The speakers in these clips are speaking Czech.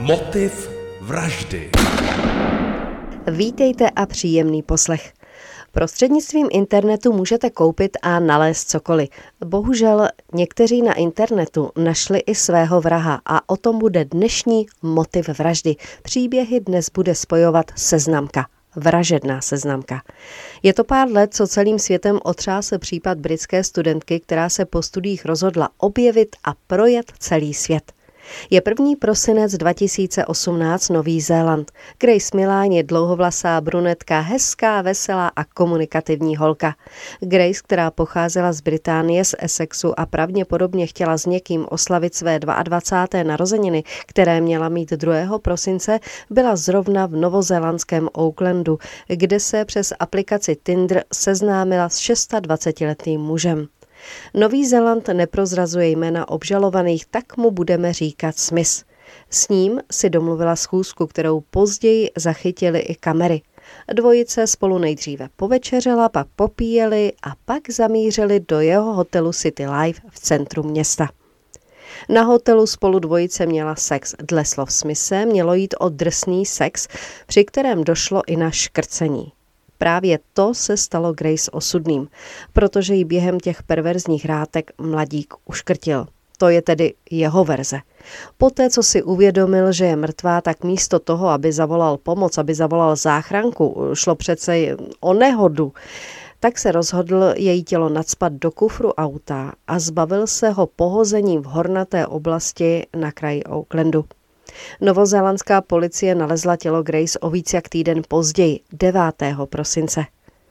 Motiv vraždy. Vítejte a příjemný poslech. Prostřednictvím internetu můžete koupit a nalézt cokoliv. Bohužel někteří na internetu našli i svého vraha a o tom bude dnešní motiv vraždy. Příběhy dnes bude spojovat seznamka. Vražedná seznamka. Je to pár let, co celým světem otřásl případ britské studentky, která se po studiích rozhodla objevit a projet celý svět. Je 1. prosinec 2018, Nový Zéland. Grace Milline je dlouhovlasá brunetka, hezká, veselá a komunikativní holka. Grace, která pocházela z Británie, z Essexu a pravděpodobně chtěla s někým oslavit své 22. narozeniny, které měla mít 2. prosince, byla zrovna v novozélandském Aucklandu, kde se přes aplikaci Tinder seznámila s 26letým mužem. Nový Zéland neprozrazuje jména obžalovaných, tak mu budeme říkat Smith. S ním si domluvila schůzku, kterou později zachytily i kamery. Dvojice spolu nejdříve povečeřela, pak popíjeli a pak zamířili do jeho hotelu City Life v centru města. Na hotelu spolu dvojice měla sex. Dle slov Smithe mělo jít o drsný sex, při kterém došlo i na škrcení. Právě to se stalo Grace osudným, protože jí během těch perverzních hrátek mladík uškrtil. To je tedy jeho verze. Poté, co si uvědomil, že je mrtvá, tak místo toho, aby zavolal pomoc, aby zavolal záchranku, šlo přece o nehodu, tak se rozhodl její tělo nacpat do kufru auta a zbavil se ho pohozením v hornaté oblasti na kraji Aucklandu. Novozélandská policie nalezla tělo Grace o víc jak týden později, 9. prosince.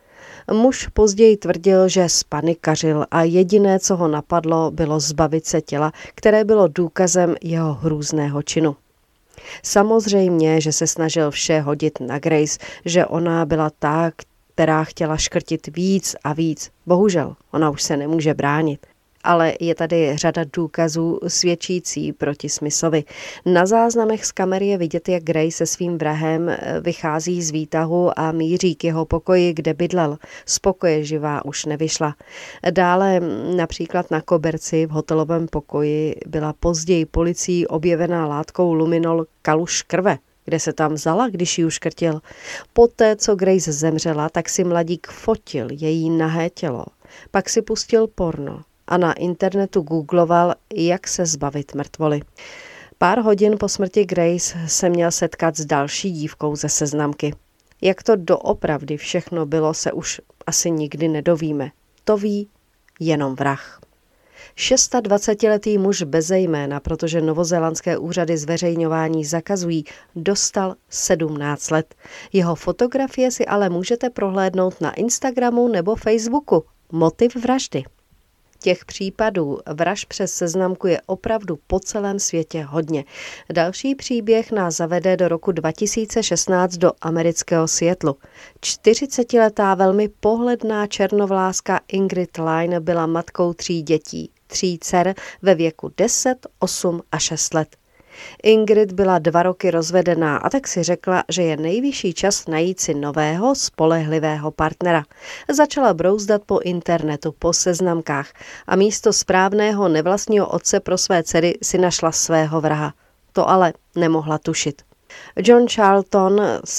Muž později tvrdil, že spanikařil a jediné, co ho napadlo, bylo zbavit se těla, které bylo důkazem jeho hrůzného činu. Samozřejmě, že se snažil vše hodit na Grace, že ona byla ta, která chtěla škrtit víc a víc. Bohužel, ona už se nemůže bránit. Ale je tady řada důkazů svědčící proti Smithovi. Na záznamech z kamery je vidět, jak Grace se svým vrahem vychází z výtahu a míří k jeho pokoji, kde bydlel. Z pokoje živá už nevyšla. Dále například na koberci v hotelovém pokoji byla později policií objevená látkou luminol kaluž krve. Kde se tam vzala, když ji uškrtil? Poté, co Grace zemřela, tak si mladík fotil její nahé tělo. Pak si pustil porno a na internetu googloval, jak se zbavit mrtvoly. Pár hodin po smrti Grace se měl setkat s další dívkou ze seznamky. Jak to doopravdy všechno bylo, se už asi nikdy nedovíme. To ví jenom vrah. 26letý muž beze jména, protože novozélandské úřady zveřejňování zakazují, dostal 17 let. Jeho fotografie si ale můžete prohlédnout na Instagramu nebo Facebooku. Motiv vraždy. Těch případů vražd přes seznamku je opravdu po celém světě hodně. Další příběh nás zavede do roku 2016 do amerického Seattlu. 40letá velmi pohledná černovláska Ingrid Line byla matkou 3 dětí, 3 dcer ve věku 10, 8 a 6 let. Ingrid byla 2 roky rozvedená a tak si řekla, že je nejvyšší čas najít si nového, spolehlivého partnera. Začala brouzdat po internetu, po seznamkách a místo správného nevlastního otce pro své dcery si našla svého vraha. To ale nemohla tušit. John Charlton,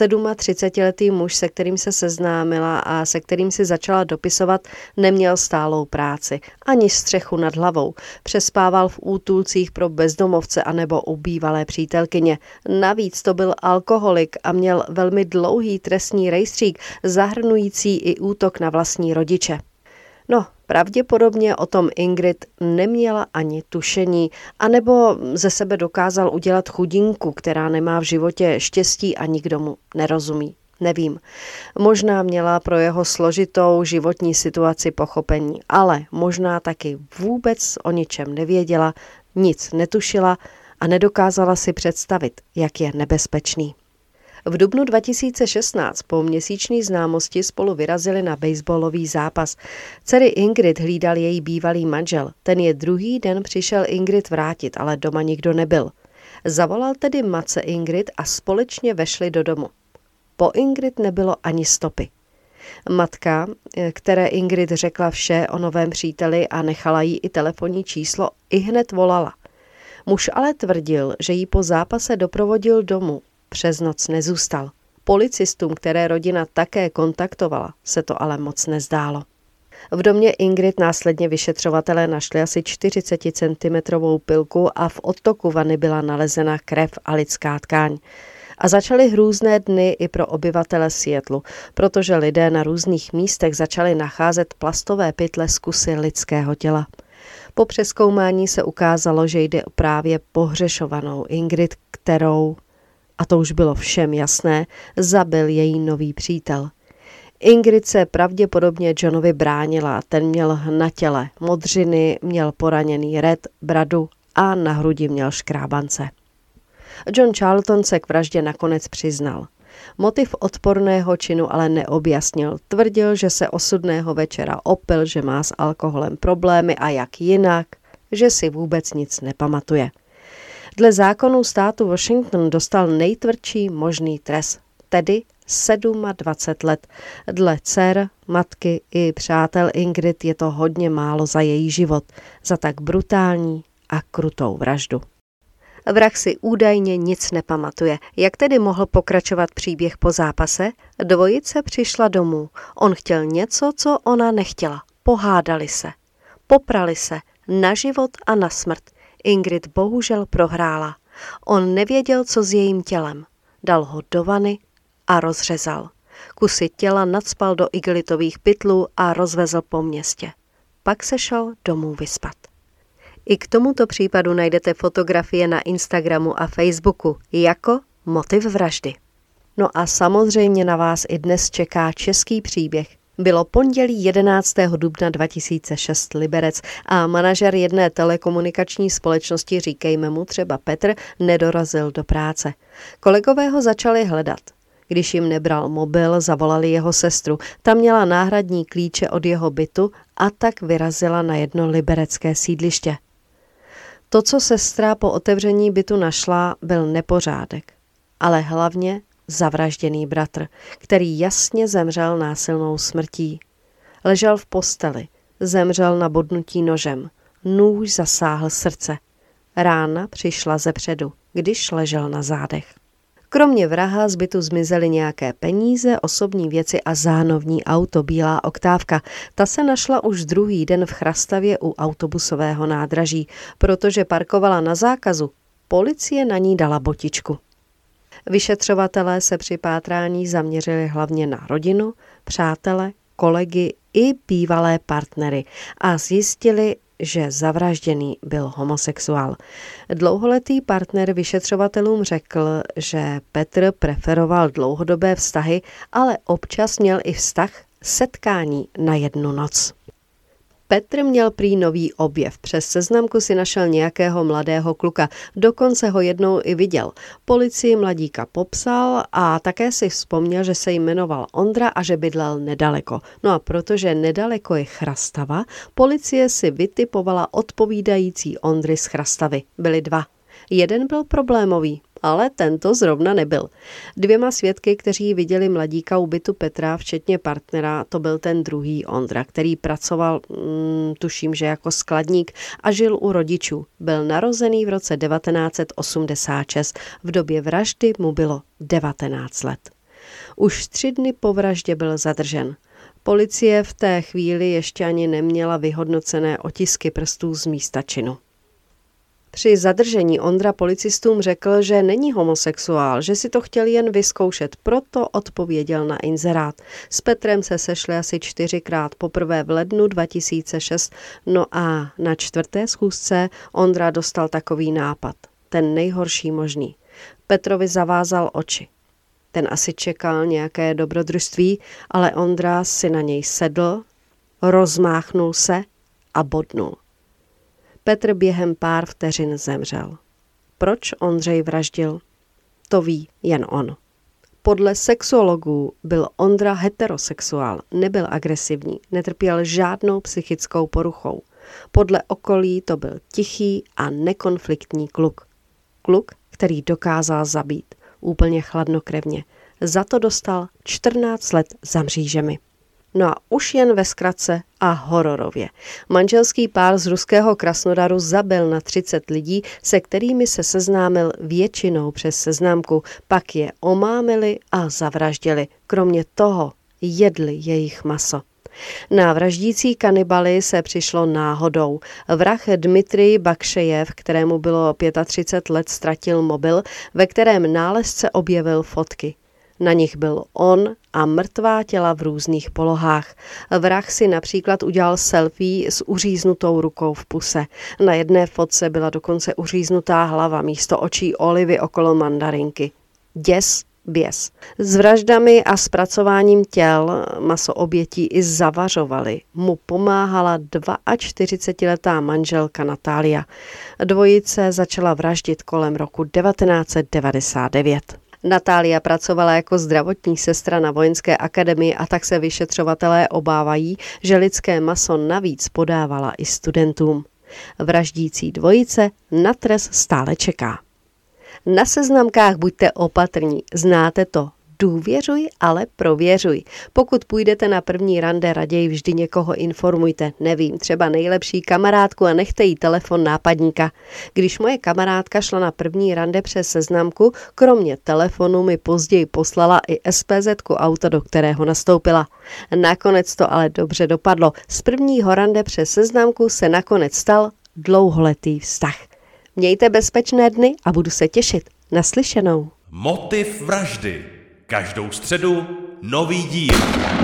37letý muž, se kterým se seznámila a se kterým si začala dopisovat, neměl stálou práci, ani střechu nad hlavou. Přespával v útulcích pro bezdomovce anebo u bývalé přítelkyně. Navíc to byl alkoholik a měl velmi dlouhý trestní rejstřík, zahrnující i útok na vlastní rodiče. No, pravděpodobně o tom Ingrid neměla ani tušení, anebo ze sebe dokázal udělat chudinku, která nemá v životě štěstí a nikdo mu nerozumí. Nevím. Možná měla pro jeho složitou životní situaci pochopení, ale možná taky vůbec o ničem nevěděla, nic netušila a nedokázala si představit, jak je nebezpečný. V dubnu 2016 po měsíční známosti spolu vyrazili na baseballový zápas. Dcery Ingrid hlídal její bývalý manžel. Ten je druhý den přišel Ingrid vrátit, ale doma nikdo nebyl. Zavolal tedy matce Ingrid a společně vešli do domu. Po Ingrid nebylo ani stopy. Matka, které Ingrid řekla vše o novém příteli a nechala jí i telefonní číslo, ihned volala. Muž ale tvrdil, že ji po zápase doprovodil domů. Přes noc nezůstal. Policistům, které rodina také kontaktovala, se to ale moc nezdálo. V domě Ingrid následně vyšetřovatelé našli asi 40 cm pilku a v odtoku vany byla nalezena krev a lidská tkáň. A začaly hrůzné dny i pro obyvatele Seattlu, protože lidé na různých místech začali nacházet plastové pytle s kusy lidského těla. Po přezkoumání se ukázalo, že jde o právě pohřešovanou Ingrid, kterou, a to už bylo všem jasné, zabil její nový přítel. Ingrid se pravděpodobně Johnovi bránila, ten měl na těle modřiny, měl poraněný red, bradu a na hrudi měl škrábance. John Charlton se k vraždě nakonec přiznal. Motiv odporného činu ale neobjasnil. Tvrdil, že se osudného večera opil, že má s alkoholem problémy a jak jinak, že si vůbec nic nepamatuje. Dle zákonů státu Washington dostal nejtvrdší možný trest, tedy 27 let. Dle dcer, matky i přátel Ingrid je to hodně málo za její život, za tak brutální a krutou vraždu. Vrah si údajně nic nepamatuje. Jak tedy mohl pokračovat příběh po zápase? Dvojice přišla domů. On chtěl něco, co ona nechtěla. Pohádali se. Poprali se. Na život a na smrt. Ingrid bohužel prohrála. On nevěděl, co s jejím tělem. Dal ho do vany a rozřezal. Kusy těla nacpal do igelitových pytlů a rozvezl po městě. Pak se šel domů vyspat. I k tomuto případu najdete fotografie na Instagramu a Facebooku jako motiv vraždy. No a samozřejmě na vás i dnes čeká český příběh. Bylo pondělí 11. dubna 2006 Liberec a manažer jedné telekomunikační společnosti, říkejme mu třeba Petr, nedorazil do práce. Kolegové ho začali hledat. Když jim nebral mobil, zavolali jeho sestru. Ta měla náhradní klíče od jeho bytu a tak vyrazila na jedno liberecké sídliště. To, co sestra po otevření bytu našla, byl nepořádek, ale hlavně zavražděný bratr, který jasně zemřel násilnou smrtí. Ležel v posteli, zemřel na bodnutí nožem, nůž zasáhl srdce. Rána přišla zepředu, když ležel na zádech. Kromě vraha z bytu zmizely nějaké peníze, osobní věci a zánovní auto, bílá oktávka. Ta se našla už druhý den v Chrastavě u autobusového nádraží, protože parkovala na zákazu. Policie na ní dala botičku. Vyšetřovatelé se při pátrání zaměřili hlavně na rodinu, přátele, kolegy i bývalé partnery a zjistili, že zavražděný byl homosexuál. Dlouholetý partner vyšetřovatelům řekl, že Petr preferoval dlouhodobé vztahy, ale občas měl i vztah setkání na jednu noc. Petr měl prý nový objev. Přes seznamku si našel nějakého mladého kluka. Dokonce ho jednou i viděl. Policii mladíka popsal a také si vzpomněl, že se jmenoval Ondra a že bydlel nedaleko. No a protože nedaleko je Chrastava, policie si vytipovala odpovídající Ondry z Chrastavy. Byli dva. Jeden byl problémový, ale tento zrovna nebyl. Dvěma svědky, kteří viděli mladíka u bytu Petra, včetně partnera, to byl ten druhý Ondra, který pracoval, tuším, že jako skladník a žil u rodičů. Byl narozený v roce 1986. V době vraždy mu bylo 19 let. Už 3 dny po vraždě byl zadržen. Policie v té chvíli ještě ani neměla vyhodnocené otisky prstů z místa činu. Při zadržení Ondra policistům řekl, že není homosexuál, že si to chtěl jen vyzkoušet, proto odpověděl na inzerát. S Petrem se sešli asi 4krát, poprvé v lednu 2006, no a na 4. schůzce Ondra dostal takový nápad, ten nejhorší možný. Petrovi zavázal oči. Ten asi čekal nějaké dobrodružství, ale Ondra si na něj sedl, rozmáchnul se a bodnul. Petr během pár vteřin zemřel. Proč Ondřej vraždil? To ví jen on. Podle sexuologů byl Ondra heterosexuál, nebyl agresivní, netrpěl žádnou psychickou poruchou. Podle okolí to byl tichý a nekonfliktní kluk. Kluk, který dokázal zabít, úplně chladnokrevně. Za to dostal 14 let za mřížemi. No a už jen ve zkratce a hororově. Manželský pár z ruského Krasnodaru zabil na 30 lidí, se kterými se seznámil většinou přes seznamku, pak je omámili a zavraždili. Kromě toho jedli jejich maso. Na vraždící kanibaly se přišlo náhodou. Vrah Dmitrij Bakšejev, kterému bylo 35 let, ztratil mobil, ve kterém nálezce objevil fotky. Na nich byl on a mrtvá těla v různých polohách. Vrah si například udělal selfie s uříznutou rukou v puse. Na jedné fotce byla dokonce uříznutá hlava místo očí olivy okolo mandarinky. Děs, běs. S vraždami a zpracováním těl maso obětí i zavařovali. Mu pomáhala 42letá manželka Natália. Dvojice začala vraždit kolem roku 1999. Natália pracovala jako zdravotní sestra na vojenské akademii a tak se vyšetřovatelé obávají, že lidské maso navíc podávala i studentům. Vraždící dvojice na trest stále čeká. Na seznamkách buďte opatrní, znáte to. Důvěřuj, ale prověřuj. Pokud půjdete na první rande, raději vždy někoho informujte. Nevím, třeba nejlepší kamarádku a nechte jí telefon nápadníka. Když moje kamarádka šla na první rande přes seznamku, kromě telefonu mi později poslala i SPZ-ku auta, do kterého nastoupila. Nakonec to ale dobře dopadlo. Z prvního rande přes seznamku se nakonec stal dlouholetý vztah. Mějte bezpečné dny a budu se těšit. Naslyšenou. Motiv vraždy. Každou středu nový díl.